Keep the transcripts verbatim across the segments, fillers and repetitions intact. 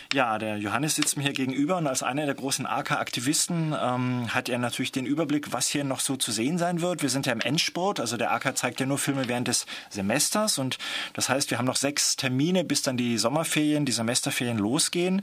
Ja, der Johannes sitzt mir hier gegenüber und als einer der großen A K-Aktivisten ähm, hat er natürlich den Überblick, was hier noch so zu sehen sein wird. Wir sind ja im Endspurt, also der A K zeigt ja nur Filme während des Semesters und das heißt, wir haben noch sechs Termine, bis dann die Sommerferien, die Semesterferien losgehen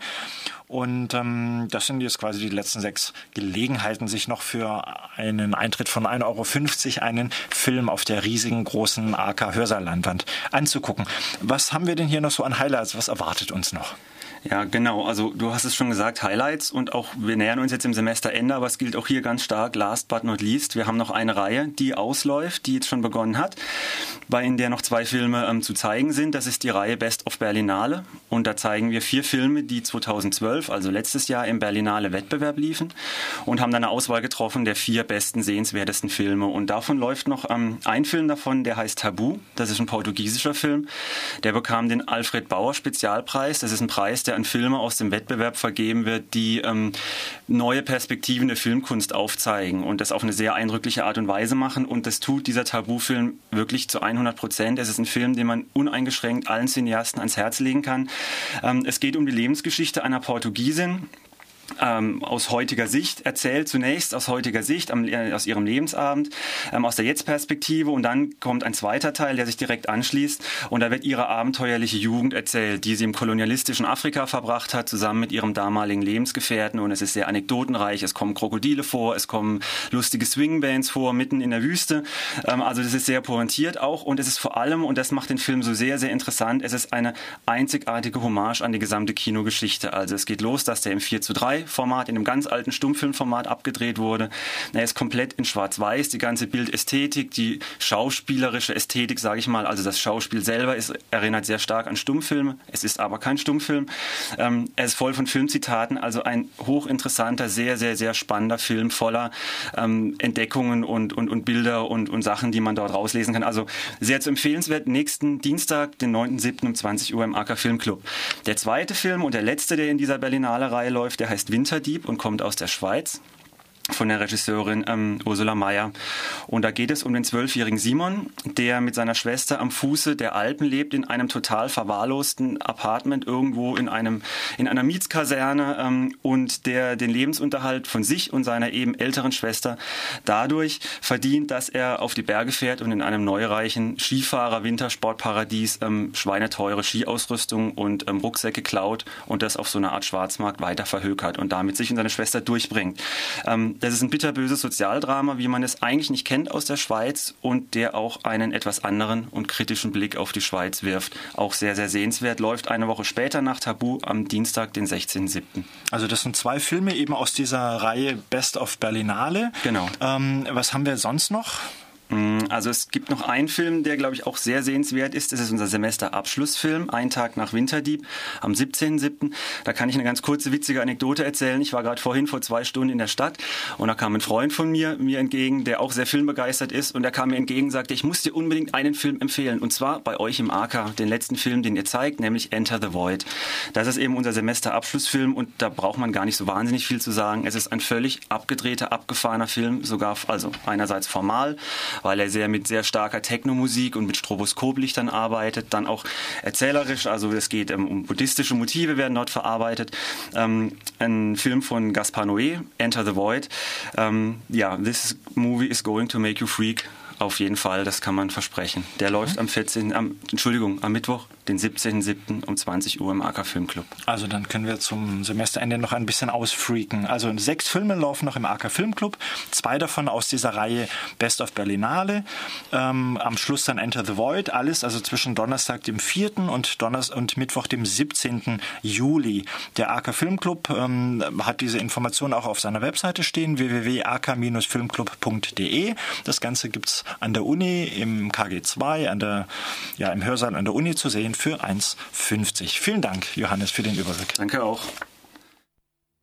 und ähm, das sind jetzt quasi die letzten sechs Gelegenheiten, sich noch für einen Eintritt von ein Euro fünfzig einen Film auf der riesigen großen A K-Hörsaaleinwand anzugucken. Was haben wir denn hier noch so an Highlights? Was erwartet uns noch? Ja, genau. Also du hast es schon gesagt, Highlights und auch wir nähern uns jetzt im Semesterende, aber es gilt auch hier ganz stark, last but not least, wir haben noch eine Reihe, die ausläuft, die jetzt schon begonnen hat, bei in der noch zwei Filme ähm, zu zeigen sind. Das ist die Reihe Best of Berlinale und da zeigen wir vier Filme, die zweitausendzwölf, also letztes Jahr im Berlinale Wettbewerb liefen und haben dann eine Auswahl getroffen der vier besten, sehenswertesten Filme und davon läuft noch ähm, ein Film davon, der heißt Tabu, das ist ein portugiesischer Film, der bekam den Alfred Bauer Spezialpreis, das ist ein Preis, der an Filme aus dem Wettbewerb vergeben wird, die ähm, neue Perspektiven der Filmkunst aufzeigen und das auf eine sehr eindrückliche Art und Weise machen. Und das tut dieser Tabu-Film wirklich zu hundert Prozent. Es ist ein Film, den man uneingeschränkt allen Cineasten ans Herz legen kann. Ähm, es geht um die Lebensgeschichte einer Portugiesin, Ähm, aus heutiger Sicht, erzählt zunächst aus heutiger Sicht, am, äh, aus ihrem Lebensabend, ähm, aus der Jetzt-Perspektive und dann kommt ein zweiter Teil, der sich direkt anschließt und da wird ihre abenteuerliche Jugend erzählt, die sie im kolonialistischen Afrika verbracht hat, zusammen mit ihrem damaligen Lebensgefährten und es ist sehr anekdotenreich, es kommen Krokodile vor, es kommen lustige Swingbands vor, mitten in der Wüste, ähm, also das ist sehr pointiert auch und es ist vor allem, und das macht den Film so sehr, sehr interessant, es ist eine einzigartige Hommage an die gesamte Kinogeschichte, also es geht los, dass der im vier zu drei Format, in einem ganz alten Stummfilmformat abgedreht wurde. Er ist komplett in Schwarz-Weiß, die ganze Bildästhetik, die schauspielerische Ästhetik, sage ich mal, also das Schauspiel selber ist, erinnert sehr stark an Stummfilme. Es ist aber kein Stummfilm. Ähm, er ist voll von Filmzitaten, also ein hochinteressanter, sehr, sehr, sehr spannender Film voller ähm, Entdeckungen und, und, und Bilder und, und Sachen, die man dort rauslesen kann. Also sehr zu empfehlenswert. Nächsten Dienstag, den neunten siebten um zwanzig Uhr im A K Filmclub. Der zweite Film und der letzte, der in dieser Berlinale Reihe läuft, der heißt Winterdieb und kommt aus der Schweiz von der Regisseurin ähm, Ursula Mayer. Und da geht es um den zwölfjährigen Simon, der mit seiner Schwester am Fuße der Alpen lebt, in einem total verwahrlosten Apartment irgendwo in einem in einer Mietskaserne ähm, und der den Lebensunterhalt von sich und seiner eben älteren Schwester dadurch verdient, dass er auf die Berge fährt und in einem neureichen Skifahrer-Wintersportparadies ähm, schweineteure Skiausrüstung und ähm, Rucksäcke klaut und das auf so einer Art Schwarzmarkt weiter verhökert und damit sich und seine Schwester durchbringt. Ähm, Das ist ein bitterböses Sozialdrama, wie man es eigentlich nicht kennt aus der Schweiz und der auch einen etwas anderen und kritischen Blick auf die Schweiz wirft. Auch sehr, sehr sehenswert. Läuft eine Woche später nach Tabu am Dienstag, den sechzehnten siebten Also das sind zwei Filme eben aus dieser Reihe Best of Berlinale. Genau. Ähm, was haben wir sonst noch? Also es gibt noch einen Film, der, glaube ich, auch sehr sehenswert ist. Das ist unser Semesterabschlussfilm, Ein Tag nach Winterdieb, am siebzehnten siebten Da kann ich eine ganz kurze, witzige Anekdote erzählen. Ich war gerade vorhin vor zwei Stunden in der Stadt und da kam ein Freund von mir mir entgegen, der auch sehr filmbegeistert ist. Und der kam mir entgegen und sagte, ich muss dir unbedingt einen Film empfehlen. Und zwar bei euch im A K, den letzten Film, den ihr zeigt, nämlich Enter the Void. Das ist eben unser Semesterabschlussfilm und da braucht man gar nicht so wahnsinnig viel zu sagen. Es ist ein völlig abgedrehter, abgefahrener Film, sogar also einerseits formal, weil er sehr mit sehr starker Techno-Musik und mit Stroboskoplichtern arbeitet, dann auch erzählerisch, also es geht ähm, um buddhistische Motive werden dort verarbeitet. Ähm, ein Film von Gaspar Noé, Enter the Void. Ähm, ja, this movie is going to make you freak. Auf jeden Fall, das kann man versprechen. Der läuft am vierzehnten Am, Entschuldigung, am Mittwoch, den siebzehnten siebten um zwanzig Uhr im A K Filmclub. Also dann können wir zum Semesterende noch ein bisschen ausfreaken. Also sechs Filme laufen noch im A K Filmclub, zwei davon aus dieser Reihe Best of Berlinale. Ähm, am Schluss dann Enter the Void, alles also zwischen Donnerstag, dem vierten und Donnerstag und Mittwoch, dem siebzehnten Juli. Der A K Filmclub ähm, hat diese Informationen auch auf seiner Webseite stehen, w w w punkt a k filmclub punkt d e. Das Ganze gibt's an der Uni, im K G zwei, an der, ja, im Hörsaal an der Uni zu sehen für eins fünfzig. Vielen Dank, Johannes, für den Überblick. Danke auch.